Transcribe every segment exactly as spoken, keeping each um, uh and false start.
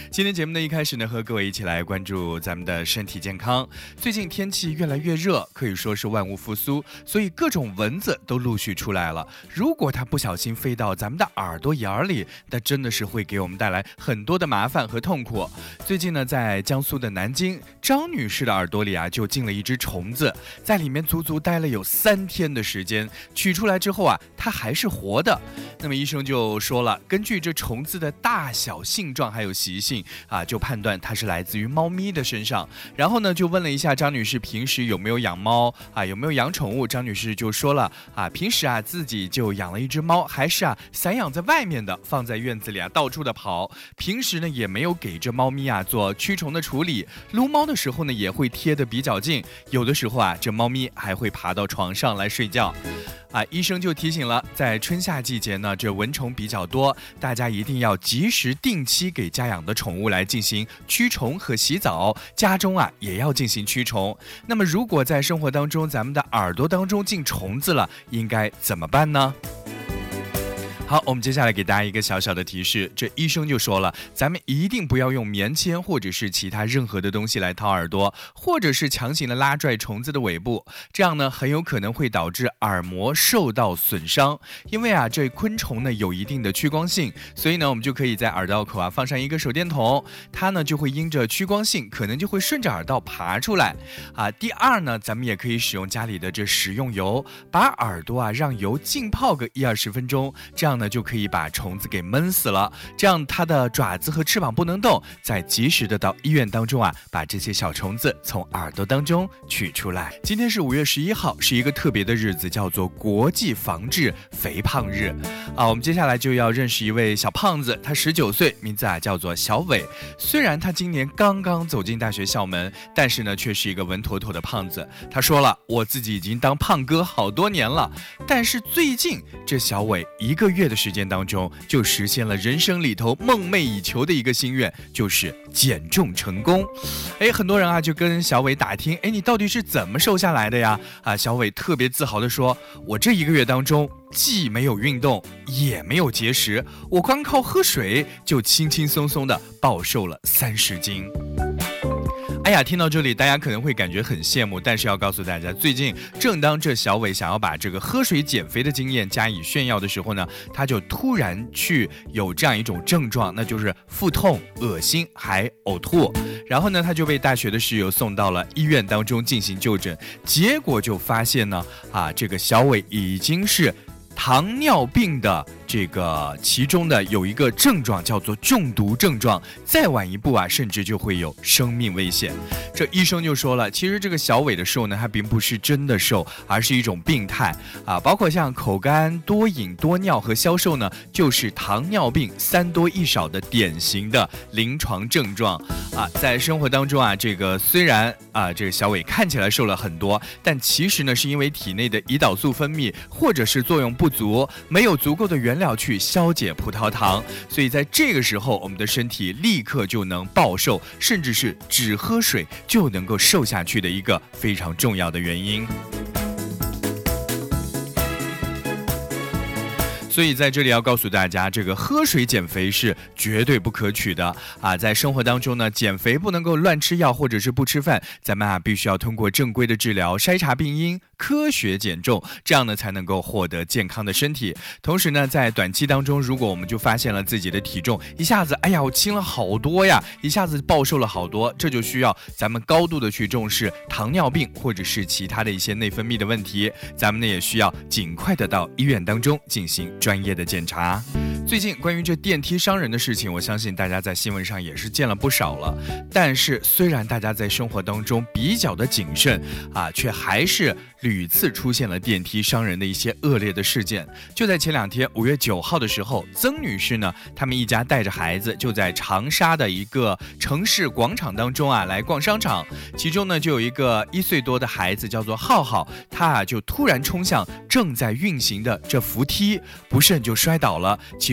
今天节目的一开始呢，和各位一起来关注咱们的身体健康。最近天气越来越热，可以说是万物复苏，所以各种蚊子都陆续出来了。如果它不小心飞到咱们的耳朵眼里，那真的是会给我们带来很多的麻烦和痛苦。最近呢，在江苏的南京，张女士的耳朵里啊就进了一只虫子，在里面足足待了有三天的时间，取出来之后啊，它还是活的。那么医生就说了，根据这虫子的大小、性状还有习性啊，就判断它是来自于猫咪的身上。然后呢，就问了一下张女士平时有没有养猫啊，有没有养宠物。张女士就说了啊，平时啊自己就养了一只猫，还是啊散养在外面的，放在院子里啊到处的跑。平时呢也没有给这猫咪啊做驱虫的处理，撸猫的时候呢也会贴得比较近，有的时候啊这猫咪还会爬到床上来睡觉。啊，医生就提醒了，在春夏季节呢，这蚊虫比较多，大家一定要及时定期给家养的宠物来进行驱虫和洗澡，家中啊也要进行驱虫。那么如果在生活当中咱们的耳朵当中进虫子了，应该怎么办呢？好，我们接下来给大家一个小小的提示，这医生就说了，咱们一定不要用棉签或者是其他任何的东西来掏耳朵，或者是强行的拉拽虫子的尾部，这样呢很有可能会导致耳膜受到损伤。因为啊这昆虫呢有一定的趋光性，所以呢我们就可以在耳道口啊放上一个手电筒，它呢就会因着趋光性可能就会顺着耳道爬出来啊。第二呢，咱们也可以使用家里的这食用油，把耳朵啊让油浸泡个一二十分钟，这样呢就可以把虫子给闷死了，这样它的爪子和翅膀不能动，再及时的到医院当中啊把这些小虫子从耳朵当中取出来。今天是五月十一号，是一个特别的日子，叫做国际防治肥胖日啊。我们接下来就要认识一位小胖子，他十九岁，名字啊叫做小伟。虽然他今年刚刚走进大学校门，但是呢却是一个稳妥妥的胖子。他说了，我自己已经当胖哥好多年了，但是最近这小伟一个月的时间当中就实现了人生里头梦寐以求的一个心愿，就是减重成功。哎，很多人啊就跟小伟打听，哎，你到底是怎么瘦下来的呀？啊，小伟特别自豪地说，我这一个月当中既没有运动，也没有节食，我光靠喝水就轻轻松松的暴瘦了三十斤。哎呀，听到这里大家可能会感觉很羡慕，但是要告诉大家，最近正当这小伟想要把这个喝水减肥的经验加以炫耀的时候呢，他就突然去有这样一种症状，那就是腹痛、恶心还呕吐。然后呢他就被大学的室友送到了医院当中进行就诊，结果就发现呢啊，这个小伟已经是糖尿病的这个其中的有一个症状叫做中毒症状，再晚一步啊甚至就会有生命危险。这医生就说了，其实这个小伟的瘦呢，它并不是真的瘦，而是一种病态啊，包括像口干、多饮、多尿和消瘦呢，就是糖尿病三多一少的典型的临床症状啊。在生活当中啊，这个虽然啊这个小伟看起来瘦了很多，但其实呢是因为体内的胰岛素分泌或者是作用不足，没有足够的原料去消解葡萄糖，所以在这个时候我们的身体立刻就能暴瘦，甚至是只喝水就能够瘦下去的一个非常重要的原因。所以在这里要告诉大家，这个喝水减肥是绝对不可取的啊！在生活当中呢，减肥不能够乱吃药或者是不吃饭，咱们啊必须要通过正规的治疗，筛查病因，科学减重，这样呢才能够获得健康的身体。同时呢，在短期当中，如果我们就发现了自己的体重一下子，哎呀，我轻了好多呀，一下子暴瘦了好多，这就需要咱们高度的去重视糖尿病或者是其他的一些内分泌的问题，咱们呢也需要尽快的到医院当中进行专业的检查。最近关于这电梯伤人的事情，我相信大家在新闻上也是见了不少了。但是虽然大家在生活当中比较的谨慎啊，却还是屡次出现了电梯伤人的一些恶劣的事件。就在前两天五月九号的时候，曾女士呢，他们一家带着孩子就在长沙的一个城市广场当中啊来逛商场，其中呢就有一个一岁多的孩子叫做浩浩，他啊就突然冲向正在运行的这扶梯，不慎就摔倒了，其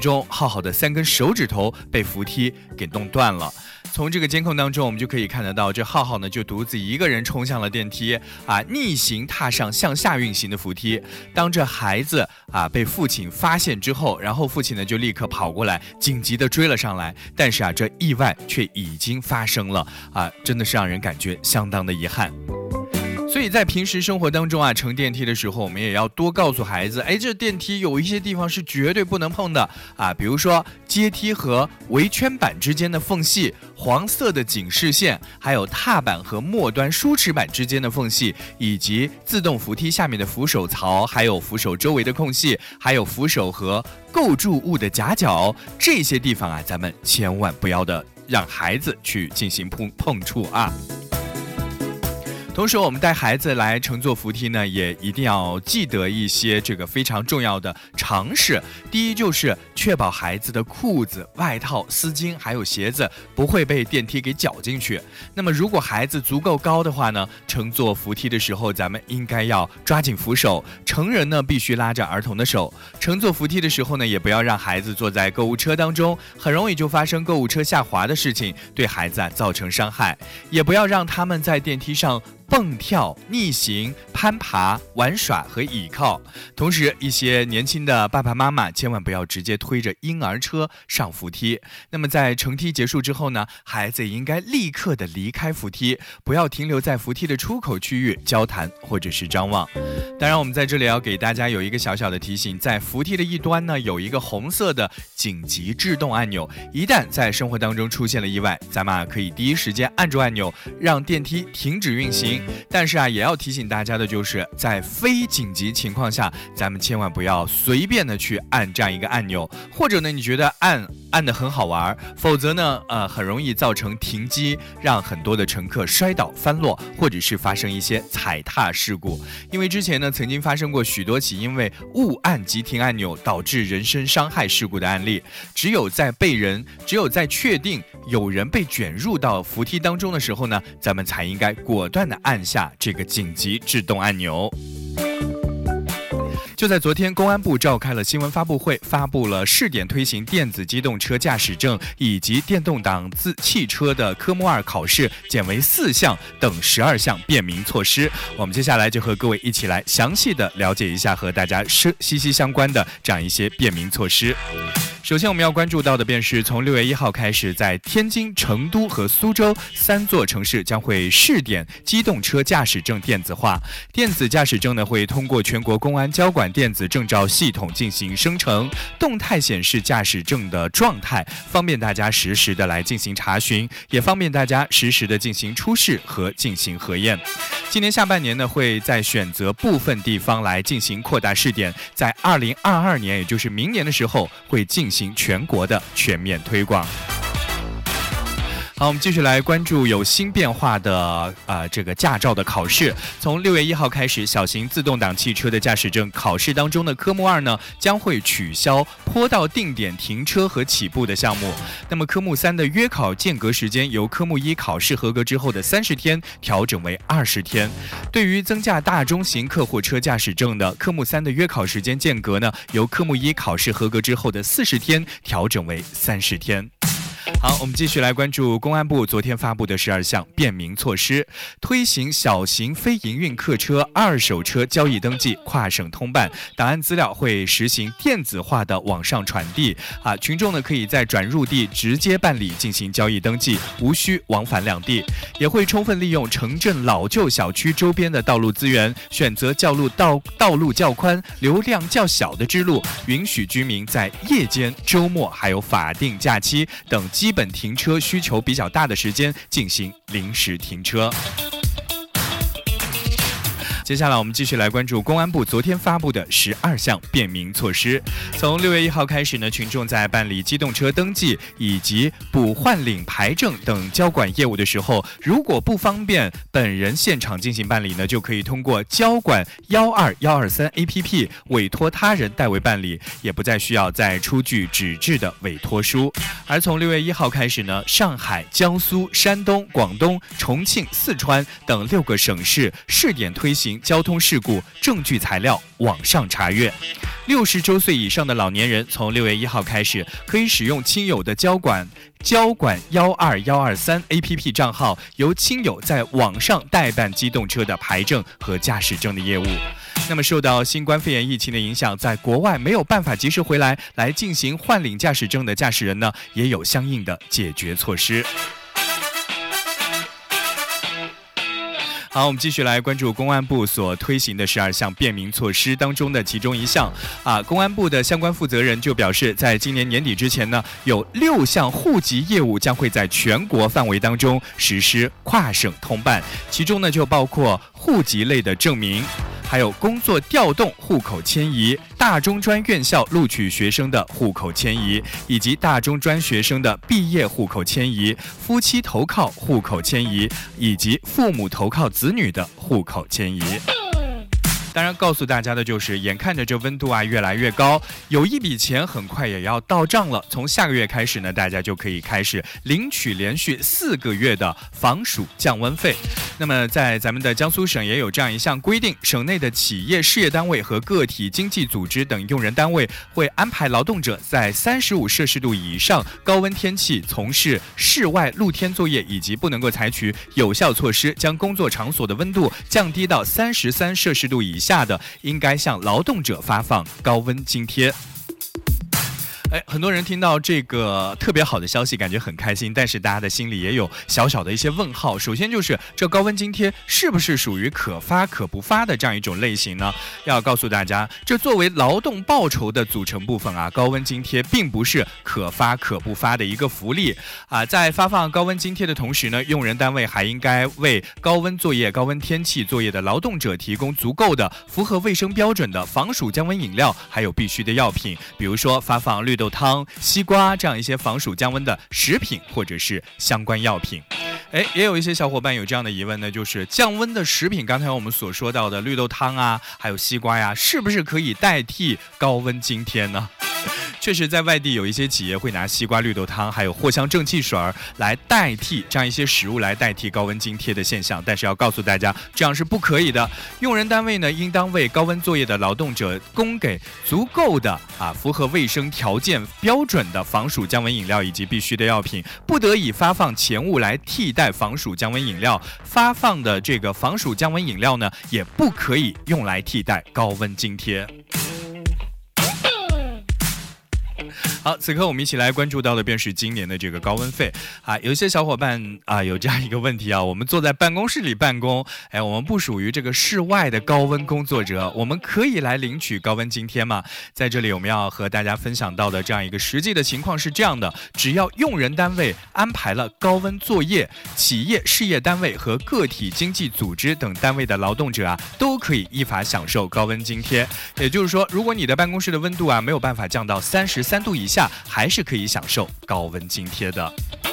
中浩浩的三根手指头被扶梯给弄断了。从这个监控当中，我们就可以看得到，这浩浩呢就独自一个人冲向了电梯啊，逆行踏上向下运行的扶梯。当这孩子啊被父亲发现之后，然后父亲呢就立刻跑过来，紧急的追了上来。但是啊，这意外却已经发生了啊，真的是让人感觉相当的遗憾。所以在平时生活当中啊，乘电梯的时候，我们也要多告诉孩子，哎，这电梯有一些地方是绝对不能碰的啊，比如说阶梯和围圈板之间的缝隙、黄色的警示线，还有踏板和末端梳齿板之间的缝隙，以及自动扶梯下面的扶手槽，还有扶手周围的空隙，还有扶手和构筑物的夹角，这些地方啊，咱们千万不要的让孩子去进行碰碰触啊。同时，我们带孩子来乘坐扶梯呢，也一定要记得一些这个非常重要的常识。第一，就是确保孩子的裤子、外套、丝巾还有鞋子不会被电梯给绞进去。那么，如果孩子足够高的话呢，乘坐扶梯的时候，咱们应该要抓紧扶手。成人呢，必须拉着儿童的手。乘坐扶梯的时候呢，也不要让孩子坐在购物车当中，很容易就发生购物车下滑的事情，对孩子啊造成伤害。也不要让他们在电梯上蹦跳、逆行、攀爬、玩耍和倚靠。同时，一些年轻的爸爸妈妈千万不要直接推着婴儿车上扶梯。那么在乘梯结束之后呢，孩子也应该立刻的离开扶梯，不要停留在扶梯的出口区域交谈或者是张望。当然，我们在这里要给大家有一个小小的提醒，在扶梯的一端呢，有一个红色的紧急制动按钮，一旦在生活当中出现了意外，咱们啊可以第一时间按住按钮，让电梯停止运行。但是啊，也要提醒大家的就是，在非紧急情况下，咱们千万不要随便的去按这样一个按钮，或者呢，你觉得按按得很好玩，否则呢，呃，很容易造成停机，让很多的乘客摔倒、翻落，或者是发生一些踩踏事故。因为之前呢，曾经发生过许多起因为误按急停按钮导致人身伤害事故的案例。只有在被人，只有在确定有人被卷入到扶梯当中的时候呢，咱们才应该果断的按下这个紧急制动按钮。就在昨天，公安部召开了新闻发布会，发布了试点推行电子机动车驾驶证以及电动挡自汽车的科目二考试减为四项等十二项便民措施。我们接下来就和各位一起来详细的了解一下和大家息息相关的这样一些便民措施。首先我们要关注到的便是从六月一号开始，在天津、成都和苏州三座城市将会试点机动车驾驶证电子化。电子驾驶证呢会通过全国公安交管电子证照系统进行生成，动态显示驾驶证的状态，方便大家实时的来进行查询，也方便大家实时的进行出示和进行核验。今年下半年呢会在选择部分地方来进行扩大试点，在二零二二年也就是明年的时候会进行全国的全面推广。好，我们继续来关注有新变化的呃这个驾照的考试。从六月一号开始，小型自动挡汽车的驾驶证考试当中的科目二呢，将会取消坡道定点停车和起步的项目。那么科目三的约考间隔时间由科目一考试合格之后的三十天调整为二十天。对于增驾大中型客货车驾驶证的科目三的约考时间间隔呢，由科目一考试合格之后的四十天调整为三十天。好，我们继续来关注公安部昨天发布的十二项便民措施，推行小型非营运客车二手车交易登记跨省通办，档案资料会实行电子化的网上传递啊，群众呢可以在转入地直接办理进行交易登记，无需往返两地。也会充分利用城镇老旧小区周边的道路资源，选择较路道道路较宽、流量较小的支路，允许居民在夜间、周末还有法定假期等基本停车需求比较大的时间进行临时停车。接下来我们继续来关注公安部昨天发布的十二项便民措施。从六月一号开始呢，群众在办理机动车登记以及补换领牌证等交管业务的时候，如果不方便本人现场进行办理呢，就可以通过交管一二一二三 A P P 委托他人代为办理，也不再需要再出具纸质的委托书。而从六月一号开始呢，上海、江苏、山东、广东、重庆、四川等六个省市试点推行交通事故证据材料网上查阅。六十周岁以上的老年人从六月一号开始，可以使用亲友的交管交管幺二幺二三 A P P 账号，由亲友在网上代办机动车的牌证和驾驶证的业务。那么受到新冠肺炎疫情的影响，在国外没有办法及时回来来进行换领驾驶证的驾驶人呢，也有相应的解决措施。好，我们继续来关注公安部所推行的十二项便民措施当中的其中一项啊。公安部的相关负责人就表示，在今年年底之前呢，有六项户籍业务将会在全国范围当中实施跨省通办，其中呢就包括户籍类的证明，还有工作调动户口迁移、大中专院校录取学生的户口迁移，以及大中专学生的毕业户口迁移、夫妻投靠户口迁移，以及父母投靠子女的户口迁移。当然告诉大家的就是，眼看着这温度啊越来越高，有一笔钱很快也要到账了。从下个月开始呢，大家就可以开始领取连续四个月的防暑降温费。那么在咱们的江苏省也有这样一项规定，省内的企业事业单位和个体经济组织等用人单位会安排劳动者在三十五摄氏度以上高温天气从事室外露天作业，以及不能够采取有效措施将工作场所的温度降低到三十三摄氏度以下的，应该向劳动者发放高温津贴。哎，很多人听到这个特别好的消息，感觉很开心，但是大家的心里也有小小的一些问号。首先就是这高温津贴是不是属于可发可不发的这样一种类型呢？要告诉大家，这作为劳动报酬的组成部分啊，高温津贴并不是可发可不发的一个福利啊。在发放高温津贴的同时呢，用人单位还应该为高温作业、高温天气作业的劳动者提供足够的符合卫生标准的防暑降温饮料，还有必需的药品，比如说发放绿豆汤、西瓜这样一些防暑降温的食品或者是相关药品。哎，也有一些小伙伴有这样的疑问呢，就是降温的食品，刚才我们所说到的绿豆汤啊，还有西瓜呀，是不是可以代替高温津贴呢？确实，在外地有一些企业会拿西瓜绿豆汤还有藿香正气水来代替这样一些食物来代替高温津贴的现象，但是要告诉大家，这样是不可以的。用人单位呢，应当为高温作业的劳动者供给足够的啊符合卫生条件标准的防暑降温饮料以及必需的药品，不得以发放前物来替代防暑降温饮料。发放的这个防暑降温饮料呢，也不可以用来替代高温津贴。好，此刻我们一起来关注到的便是今年的这个高温费啊。有一些小伙伴啊有这样一个问题啊，我们坐在办公室里办公，哎，我们不属于这个室外的高温工作者，我们可以来领取高温津贴吗？在这里我们要和大家分享到的这样一个实际的情况是这样的，只要用人单位安排了高温作业，企业事业单位和个体经济组织等单位的劳动者啊，都可以依法享受高温津贴。也就是说，如果你的办公室的温度啊没有办法降到三十三度以下，还是可以享受高温津贴的。